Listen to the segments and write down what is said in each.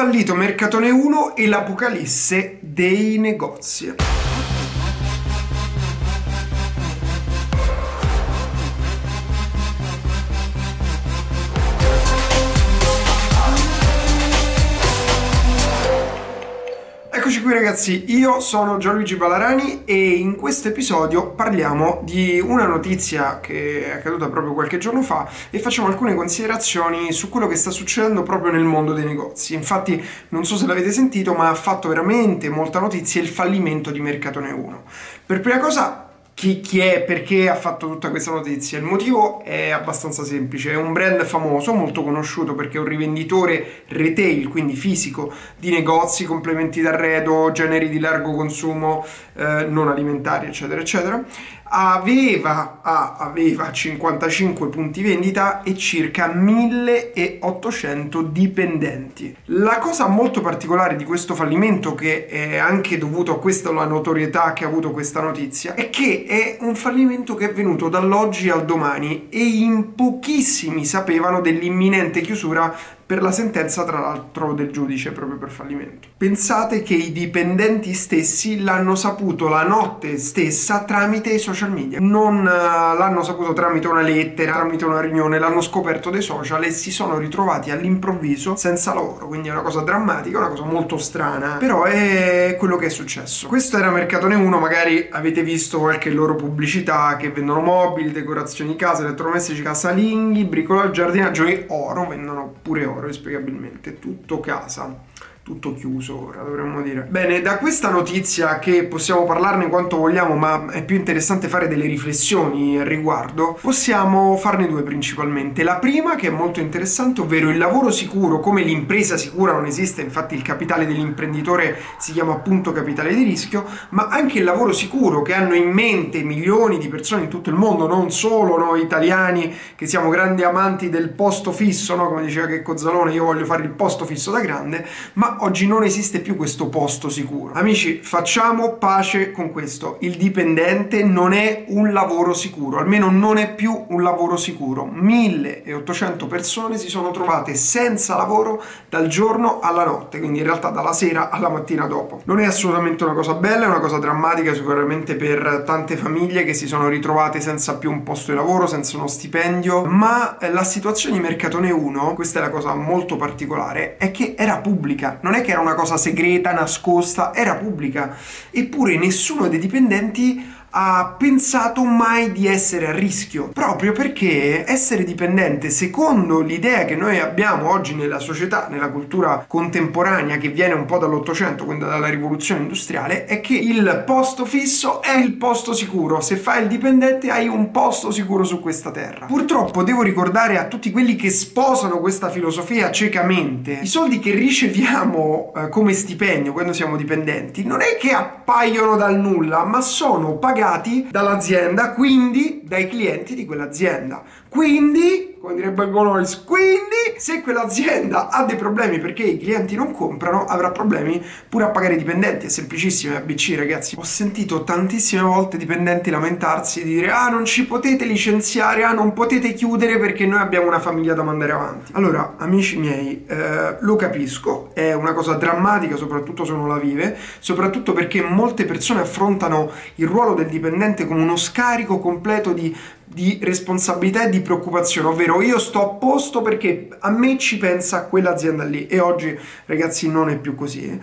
fallito Mercatone 1 e l'apocalisse dei negozi. Eccoci qui ragazzi, io sono Gianluigi Balarani e in questo episodio parliamo di una notizia che è accaduta proprio qualche giorno fa e facciamo alcune considerazioni su quello che sta succedendo proprio nel mondo dei negozi. Infatti non so se l'avete sentito, ma ha fatto veramente molta notizia il fallimento di Mercatone 1. Per prima cosa, chi è, perché ha fatto tutta questa notizia? Il motivo è abbastanza semplice, è un brand famoso, molto conosciuto perché è un rivenditore retail, quindi fisico, di negozi, complementi d'arredo, generi di largo consumo, non alimentari, eccetera, eccetera. Aveva 55 punti vendita e circa 1800 dipendenti. La cosa molto particolare di questo fallimento, che è anche dovuto a questa la notorietà che ha avuto questa notizia, è che è un fallimento che è venuto dall'oggi al domani e in pochissimi sapevano dell'imminente chiusura per la sentenza, tra l'altro, del giudice proprio per fallimento. Pensate che i dipendenti stessi l'hanno saputo la notte stessa tramite i social media. Non l'hanno saputo tramite una lettera, tramite una riunione, l'hanno scoperto dai social e si sono ritrovati all'improvviso senza lavoro. Quindi è una cosa drammatica, una cosa molto strana, però è quello che è successo. Questo era Mercatone 1, magari avete visto qualche loro pubblicità che vendono mobili, decorazioni casa, elettrodomestici, casalinghi, bricolaggio, giardinaggio e oro, vendono pure oro. Inspiegabilmente tutto casa, tutto chiuso ora dovremmo dire. Bene, da questa notizia, che possiamo parlarne quanto vogliamo ma è più interessante fare delle riflessioni al riguardo, possiamo farne due principalmente. La prima, che è molto interessante, ovvero il lavoro sicuro, come l'impresa sicura non esiste, infatti il capitale dell'imprenditore si chiama appunto capitale di rischio, ma anche il lavoro sicuro che hanno in mente milioni di persone in tutto il mondo, non solo noi italiani che siamo grandi amanti del posto fisso, no? Come diceva Checco Zalone, io voglio fare il posto fisso da grande, ma oggi non esiste più questo posto sicuro. Amici, facciamo pace con questo. Il dipendente non è un lavoro sicuro, almeno non è più un lavoro sicuro. 1800 persone si sono trovate senza lavoro dal giorno alla notte, quindi in realtà dalla sera alla mattina dopo. Non è assolutamente una cosa bella, è una cosa drammatica sicuramente per tante famiglie che si sono ritrovate senza più un posto di lavoro, senza uno stipendio, ma la situazione di Mercatone 1, questa è la cosa molto particolare, è che era pubblica. Non è che era una cosa segreta, nascosta, era pubblica. Eppure nessuno dei dipendenti ha pensato mai di essere a rischio, proprio perché essere dipendente, secondo l'idea che noi abbiamo oggi nella società, nella cultura contemporanea che viene un po' dall'Ottocento, quindi dalla rivoluzione industriale, è che il posto fisso è il posto sicuro. Se fai il dipendente hai un posto sicuro su questa terra. Purtroppo devo ricordare a tutti quelli che sposano questa filosofia ciecamente: i soldi che riceviamo come stipendio quando siamo dipendenti non è che appaiono dal nulla, ma sono pagati dall'azienda, quindi dai clienti di quell'azienda. Quindi, come direbbe Bonolis, quindi se quell'azienda ha dei problemi perché i clienti non comprano, avrà problemi pure a pagare i dipendenti. È semplicissimo, è ABC ragazzi. Ho sentito tantissime volte dipendenti lamentarsi e dire: ah, non ci potete licenziare, ah, non potete chiudere perché noi abbiamo una famiglia da mandare avanti. Allora, amici miei, lo capisco, è una cosa drammatica, soprattutto se uno la vive, soprattutto perché molte persone affrontano il ruolo del dipendente come uno scarico completo di responsabilità e di preoccupazione, ovvero io sto a posto perché a me ci pensa quell'azienda lì. E oggi ragazzi non è più così,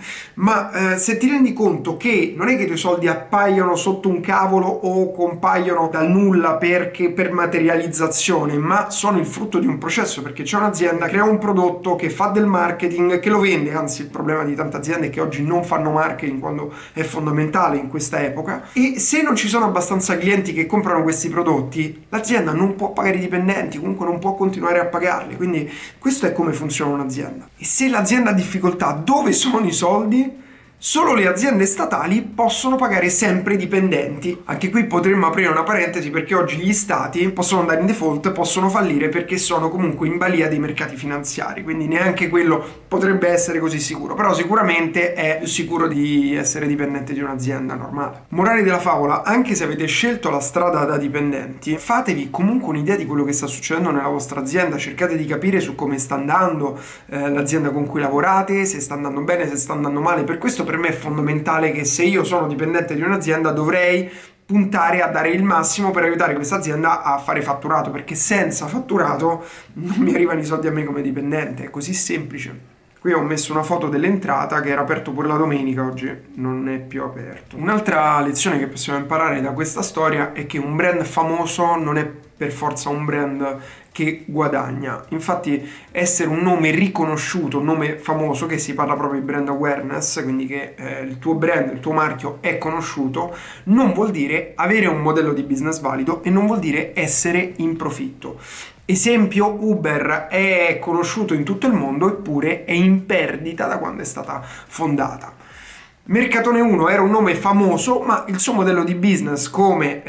ma se ti rendi conto che non è che i tuoi soldi appaiono sotto un cavolo o compaiono dal nulla perché per materializzazione, ma sono il frutto di un processo, perché c'è un'azienda, crea un prodotto, che fa del marketing, che lo vende. Anzi, il problema di tante aziende è che oggi non fanno marketing quando è fondamentale in questa epoca, e se non ci sono abbastanza clienti che comprano questi prodotti, l'azienda non può pagare i dipendenti, comunque non può continuare a pagarli. Quindi questo è come funziona un'azienda. E se l'azienda ha difficoltà, dove sono i soldi? Solo le aziende statali possono pagare sempre i dipendenti. Anche qui potremmo aprire una parentesi, perché oggi gli stati possono andare in default, possono fallire perché sono comunque in balia dei mercati finanziari, quindi neanche quello potrebbe essere così sicuro, però sicuramente è più sicuro di essere dipendente di un'azienda normale. Morale della favola: anche se avete scelto la strada da dipendenti, fatevi comunque un'idea di quello che sta succedendo nella vostra azienda, cercate di capire su come sta andando l'azienda con cui lavorate, se sta andando bene, se sta andando male. Per questo per me è fondamentale che, se io sono dipendente di un'azienda, dovrei puntare a dare il massimo per aiutare questa azienda a fare fatturato, perché senza fatturato non mi arrivano i soldi a me come dipendente, è così semplice. Qui ho messo una foto dell'entrata, che era aperto pure la domenica, oggi non è più aperto. Un'altra lezione che possiamo imparare da questa storia è che un brand famoso non è per forza un brand che guadagna. Infatti essere un nome riconosciuto, un nome famoso, che si parla proprio di brand awareness, quindi che il tuo brand, il tuo marchio è conosciuto, non vuol dire avere un modello di business valido e non vuol dire essere in profitto. Esempio, Uber è conosciuto in tutto il mondo, eppure è in perdita da quando è stata fondata. Mercatone 1 era un nome famoso, ma il suo modello di business come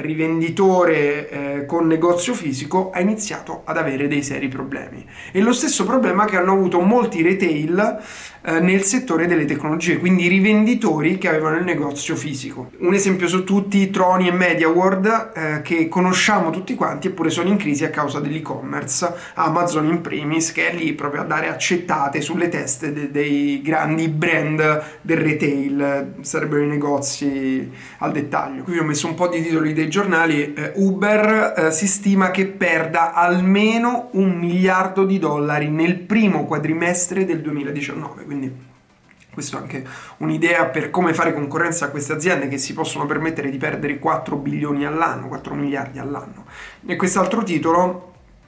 rivenditore con negozio fisico ha iniziato ad avere dei seri problemi. E lo stesso problema che hanno avuto molti retail nel settore delle tecnologie, quindi i rivenditori che avevano il negozio fisico. Un esempio su tutti: Troni e MediaWorld, che conosciamo tutti quanti, eppure sono in crisi a causa dell'e-commerce, Amazon in primis, che è lì proprio a dare accettate sulle teste dei grandi brand del retail, sarebbero i negozi al dettaglio. Qui ho messo un po' di titoli dei giornali. Uber si stima che perda almeno $1 miliardo nel primo quadrimestre del 2019, quindi questo è anche un'idea per come fare concorrenza a queste aziende che si possono permettere di perdere 4 bilioni all'anno, 4 miliardi all'anno. E quest'altro titolo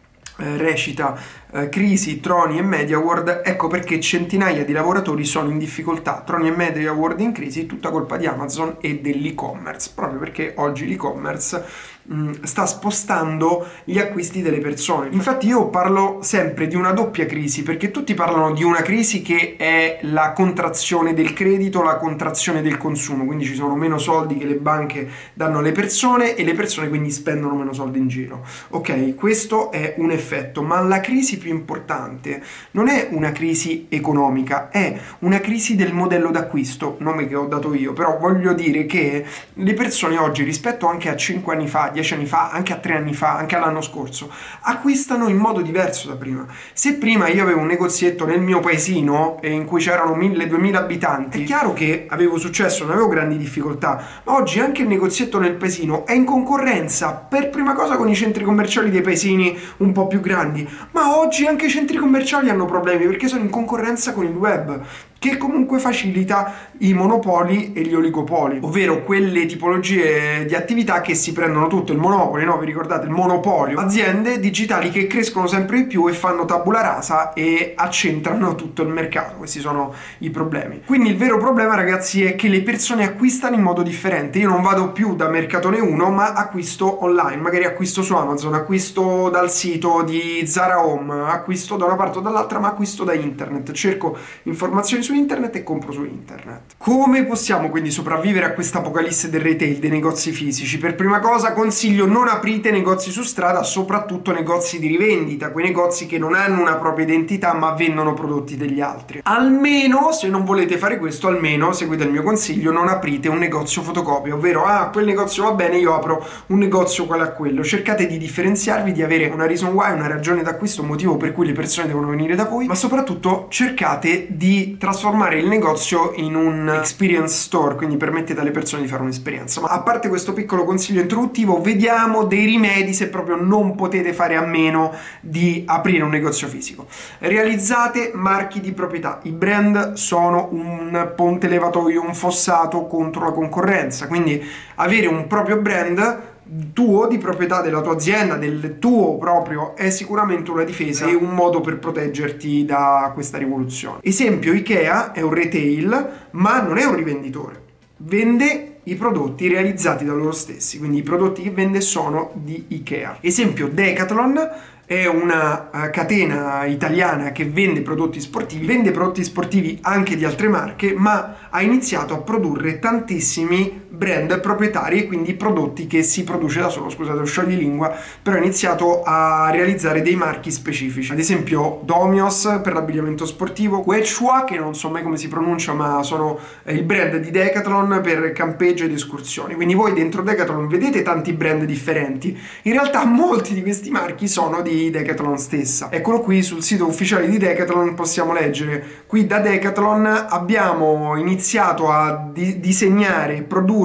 recita: crisi, Troni e MediaWorld, ecco perché centinaia di lavoratori sono in difficoltà. Troni e MediaWorld in crisi, tutta colpa di Amazon e dell'e-commerce, proprio perché oggi l'e-commerce sta spostando gli acquisti delle persone. Infatti io parlo sempre di una doppia crisi, perché tutti parlano di una crisi che è la contrazione del credito, la contrazione del consumo, quindi ci sono meno soldi che le banche danno alle persone e le persone quindi spendono meno soldi in giro. Ok, questo è un effetto, ma la crisi più importante non è una crisi economica, è una crisi del modello d'acquisto, nome che ho dato io, però voglio dire che le persone oggi, rispetto anche a 5 anni fa, 10 anni fa, anche a 3 anni fa, anche all'anno scorso, acquistano in modo diverso da prima. Se prima io avevo un negozietto nel mio paesino in cui c'erano 1000-2000 abitanti, è chiaro che avevo successo, non avevo grandi difficoltà, ma oggi anche il negozietto nel paesino è in concorrenza per prima cosa con i centri commerciali dei paesini un po' più grandi, ma oggi anche i centri commerciali hanno problemi perché sono in concorrenza con il web, che comunque facilita i monopoli e gli oligopoli, ovvero quelle tipologie di attività che si prendono tutto, il monopoli, no? Vi ricordate il monopolio? Aziende digitali che crescono sempre di più e fanno tabula rasa e accentrano tutto il mercato. Questi sono i problemi. Quindi il vero problema, ragazzi, è che le persone acquistano in modo differente. Io non vado più da Mercatone 1, ma acquisto online, magari acquisto su Amazon, acquisto dal sito di Zara Home, acquisto da una parte o dall'altra, ma acquisto da internet, cerco informazioni su internet e compro su internet. Come possiamo quindi sopravvivere a questa apocalisse del retail, dei negozi fisici? Per prima cosa consiglio: non aprite negozi su strada, soprattutto negozi di rivendita, quei negozi che non hanno una propria identità ma vendono prodotti degli altri. Almeno, se non volete fare questo, almeno seguite il mio consiglio: non aprite un negozio fotocopia, ovvero quel negozio va bene, io apro un negozio uguale a quello. Cercate di differenziarvi, di avere una reason why, una ragione d'acquisto, un motivo per cui le persone devono venire da voi, ma soprattutto cercate di trasformare il negozio in un experience store, quindi permettete alle persone di fare un'esperienza. Ma a parte questo piccolo consiglio introduttivo, vediamo dei rimedi se proprio non potete fare a meno di aprire un negozio fisico. Realizzate marchi di proprietà. I brand sono un ponte levatoio, un fossato contro la concorrenza, quindi avere un proprio brand tuo, di proprietà della tua azienda, del tuo proprio, è sicuramente una difesa e un modo per proteggerti da questa rivoluzione. Esempio: Ikea è un retail, ma non è un rivenditore, vende i prodotti realizzati da loro stessi, quindi i prodotti che vende sono di Ikea. Esempio: Decathlon è una catena italiana che vende prodotti sportivi anche di altre marche, ma ha iniziato a produrre tantissimi brand proprietari e quindi prodotti che si produce da solo. Scusate lo scioglilingua, però ha iniziato a realizzare dei marchi specifici, ad esempio Domios per l'abbigliamento sportivo, Quechua, che non so mai come si pronuncia, ma sono il brand di Decathlon per campeggio ed escursioni. Quindi voi dentro Decathlon vedete tanti brand differenti, in realtà molti di questi marchi sono di Decathlon stessa. Eccolo qui sul sito ufficiale di Decathlon, possiamo leggere qui: da Decathlon abbiamo iniziato a disegnare, produrre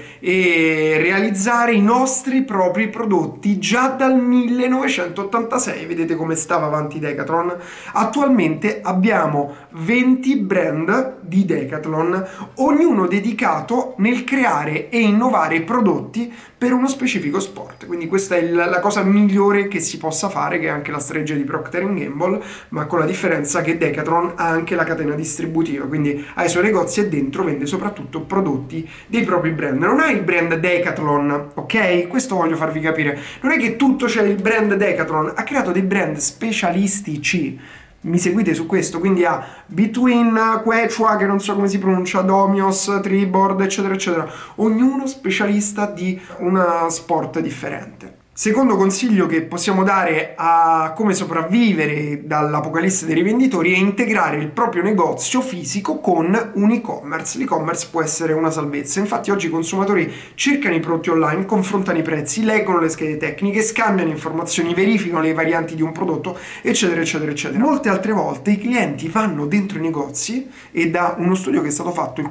e realizzare i nostri propri prodotti già dal 1986. Vedete come stava avanti Decathlon? Attualmente abbiamo 20 brand di Decathlon, ognuno dedicato nel creare e innovare prodotti per uno specifico sport. Quindi questa è la cosa migliore che si possa fare, che è anche la strategia di Procter & Gamble, ma con la differenza che Decathlon ha anche la catena distributiva, quindi ha i suoi negozi e dentro vende soprattutto prodotti dei propri brand. Non ha il brand Decathlon, ok? Questo voglio farvi capire. Non è che tutto c'è il brand Decathlon, ha creato dei brand specialistici. Mi seguite su questo? Quindi ha Between, Quechua, che non so come si pronuncia, Domios, Treeboard, eccetera eccetera, ognuno specialista di un sport differente. Secondo consiglio che possiamo dare a come sopravvivere dall'apocalisse dei rivenditori è integrare il proprio negozio fisico con un e-commerce. L'e-commerce può essere una salvezza. Infatti oggi i consumatori cercano i prodotti online, confrontano i prezzi, leggono le schede tecniche, scambiano informazioni, verificano le varianti di un prodotto, eccetera eccetera eccetera. Molte altre volte i clienti vanno dentro i negozi e da uno studio che è stato fatto il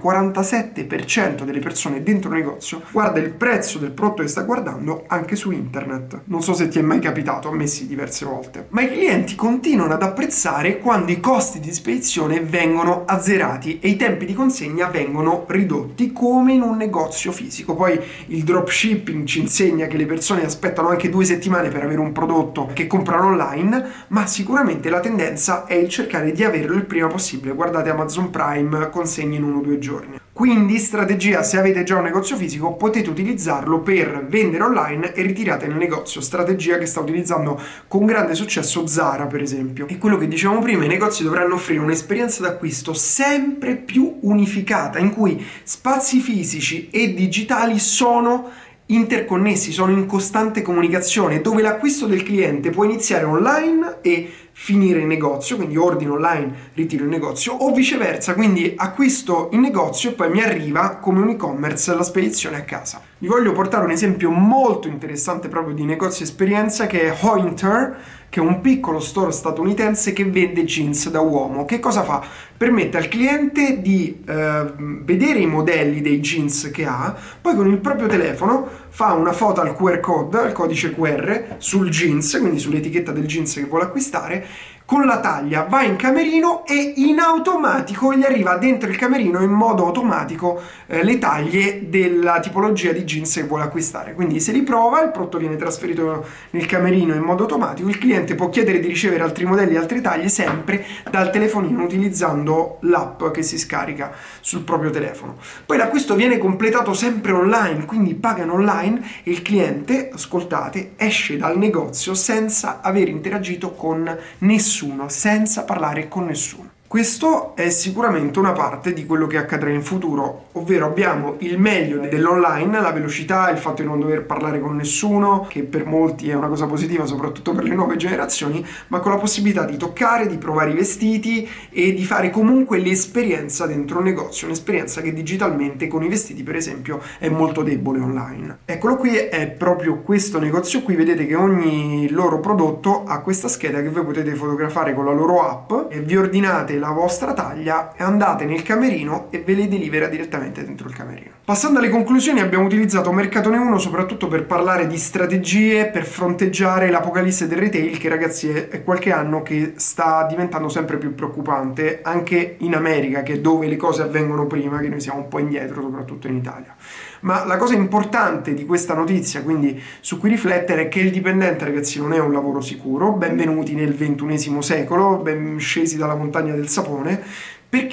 47% delle persone dentro il negozio guarda il prezzo del prodotto che sta guardando anche su internet. Non so se ti è mai capitato, a me sì, diverse volte. Ma i clienti continuano ad apprezzare quando i costi di spedizione vengono azzerati e i tempi di consegna vengono ridotti, come in un negozio fisico. Poi il dropshipping ci insegna che le persone aspettano anche 2 settimane per avere un prodotto che comprano online, ma sicuramente la tendenza è il cercare di averlo il prima possibile. Guardate Amazon Prime, consegne in 1 o 2 giorni. Quindi strategia: se avete già un negozio fisico potete utilizzarlo per vendere online e ritirate nel negozio, strategia che sta utilizzando con grande successo Zara per esempio. E quello che dicevamo prima, i negozi dovranno offrire un'esperienza d'acquisto sempre più unificata, in cui spazi fisici e digitali sono interconnessi, sono in costante comunicazione, dove l'acquisto del cliente può iniziare online e finire in negozio, quindi ordino online, ritiro in negozio, o viceversa, quindi acquisto in negozio e poi mi arriva come un e-commerce la spedizione a casa. Vi voglio portare un esempio molto interessante proprio di negozio esperienza, che è Hointer, che è un piccolo store statunitense che vende jeans da uomo. Che cosa fa? Permette al cliente di vedere i modelli dei jeans che ha, poi con il proprio telefono fa una foto al QR code, al codice QR sul jeans, quindi sull'etichetta del jeans che vuole acquistare, con la taglia va in camerino e in automatico gli arriva dentro il camerino in modo automatico le taglie della tipologia di jeans che vuole acquistare. Quindi se li prova, il prodotto viene trasferito nel camerino in modo automatico, il cliente può chiedere di ricevere altri modelli e altre taglie sempre dal telefonino utilizzando l'app che si scarica sul proprio telefono. Poi l'acquisto viene completato sempre online, quindi pagano online e il cliente, ascoltate, esce dal negozio senza aver interagito con nessuno, senza parlare con nessuno. Questo è sicuramente una parte di quello che accadrà in futuro, ovvero abbiamo il meglio dell'online, la velocità, il fatto di non dover parlare con nessuno, che per molti è una cosa positiva, soprattutto per le nuove generazioni, ma con la possibilità di toccare, di provare i vestiti e di fare comunque l'esperienza dentro un negozio, un'esperienza che digitalmente con i vestiti per esempio è molto debole online. Eccolo qui, è proprio questo negozio qui, vedete che ogni loro prodotto ha questa scheda che voi potete fotografare con la loro app e vi ordinate la vostra taglia e andate nel camerino e ve le delivera direttamente dentro il camerino. Passando alle conclusioni, abbiamo utilizzato Mercatone 1 soprattutto per parlare di strategie per fronteggiare l'apocalisse del retail, che ragazzi è qualche anno che sta diventando sempre più preoccupante anche in America, che è dove le cose avvengono prima, che noi siamo un po' indietro soprattutto in Italia. Ma la cosa importante di questa notizia, quindi su cui riflettere, è che il dipendente, ragazzi, non è un lavoro sicuro. Benvenuti nel XXI secolo, ben scesi dalla montagna del sapone, perché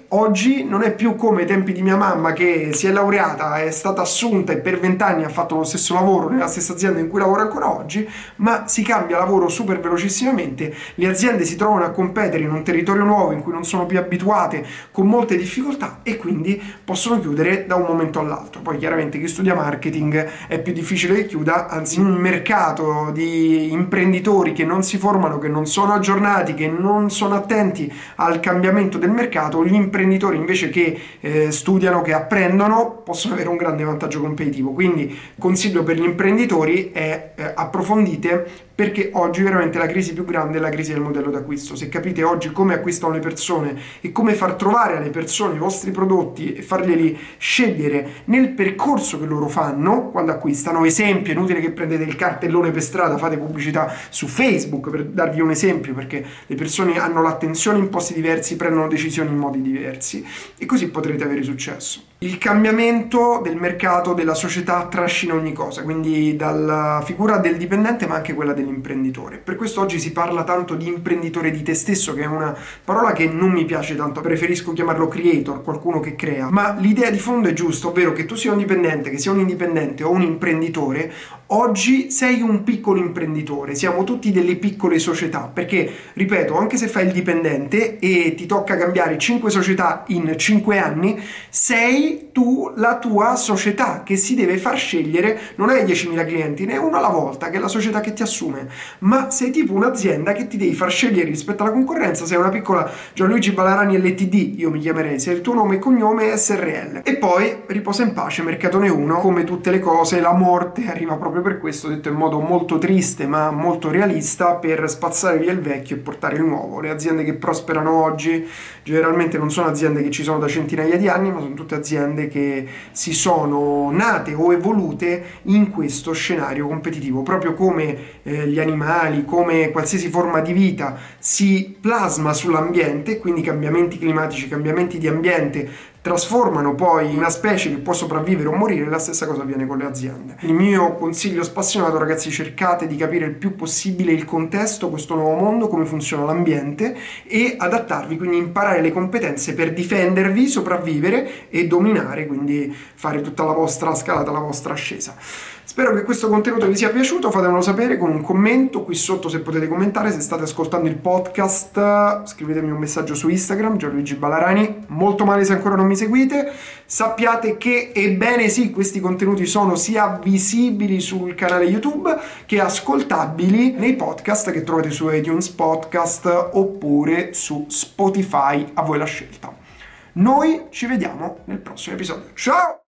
oggi non è più come ai tempi di mia mamma, che si è laureata, è stata assunta e per 20 anni ha fatto lo stesso lavoro nella stessa azienda in cui lavora ancora oggi, ma si cambia lavoro super velocissimamente, le aziende si trovano a competere in un territorio nuovo in cui non sono più abituate, con molte difficoltà, e quindi possono chiudere da un momento all'altro. Poi chiaramente chi studia marketing è più difficile che chiuda, anzi in un mercato di imprenditori che non si formano, che non sono aggiornati, che non sono attenti al cambiamento del mercato, gli imprenditori invece che studiano, che apprendono, possono avere un grande vantaggio competitivo. Quindi consiglio per gli imprenditori è approfondite, perché oggi veramente la crisi più grande è la crisi del modello d'acquisto. Se capite oggi come acquistano le persone e come far trovare alle persone i vostri prodotti e farglieli scegliere nel percorso che loro fanno quando acquistano, esempio, è inutile che prendete il cartellone per strada, fate pubblicità su Facebook, per darvi un esempio, perché le persone hanno l'attenzione in posti diversi, prendono decisioni in modi diversi, e così potrete avere successo. Il cambiamento del mercato, della società, trascina ogni cosa, quindi dalla figura del dipendente ma anche quella dell'imprenditore. Per questo oggi si parla tanto di imprenditore di te stesso, che è una parola che non mi piace tanto, preferisco chiamarlo creator, qualcuno che crea, ma l'idea di fondo è giusta, ovvero che tu sia un dipendente, che sia un indipendente o un imprenditore, oggi sei un piccolo imprenditore, siamo tutti delle piccole società, perché, ripeto, anche se fai il dipendente e ti tocca cambiare 5 società in 5 anni, sei tu la tua società che si deve far scegliere. Non hai 10.000 clienti, ne è uno alla volta, che è la società che ti assume, ma sei tipo un'azienda che ti devi far scegliere rispetto alla concorrenza. Sei una piccola Gianluigi Balarani LTD, io mi chiamerei, se il tuo nome e cognome è SRL. E poi riposa in pace Mercatone 1. Come tutte le cose, la morte arriva proprio per questo, detto in modo molto triste ma molto realista, per spazzare via il vecchio e portare il nuovo. Le aziende che prosperano oggi generalmente non sono aziende che ci sono da centinaia di anni, ma sono tutte aziende che si sono nate o evolute in questo scenario competitivo. Proprio come gli animali, come qualsiasi forma di vita si plasma sull'ambiente, quindi cambiamenti climatici, cambiamenti di ambiente trasformano poi una specie che può sopravvivere o morire, la stessa cosa avviene con le aziende. Il mio consiglio spassionato, ragazzi, cercate di capire il più possibile il contesto, questo nuovo mondo, come funziona l'ambiente, e adattarvi, quindi imparare le competenze per difendervi, sopravvivere e dominare, quindi fare tutta la vostra scalata, la vostra ascesa. Spero che questo contenuto vi sia piaciuto, fatemelo sapere con un commento qui sotto, se potete commentare. Se state ascoltando il podcast, scrivetemi un messaggio su Instagram, Gianluigi Balarani. Molto male se ancora non mi seguite. Sappiate che, ebbene sì, questi contenuti sono sia visibili sul canale YouTube che ascoltabili nei podcast che trovate su iTunes Podcast oppure su Spotify, a voi la scelta. Noi ci vediamo nel prossimo episodio. Ciao!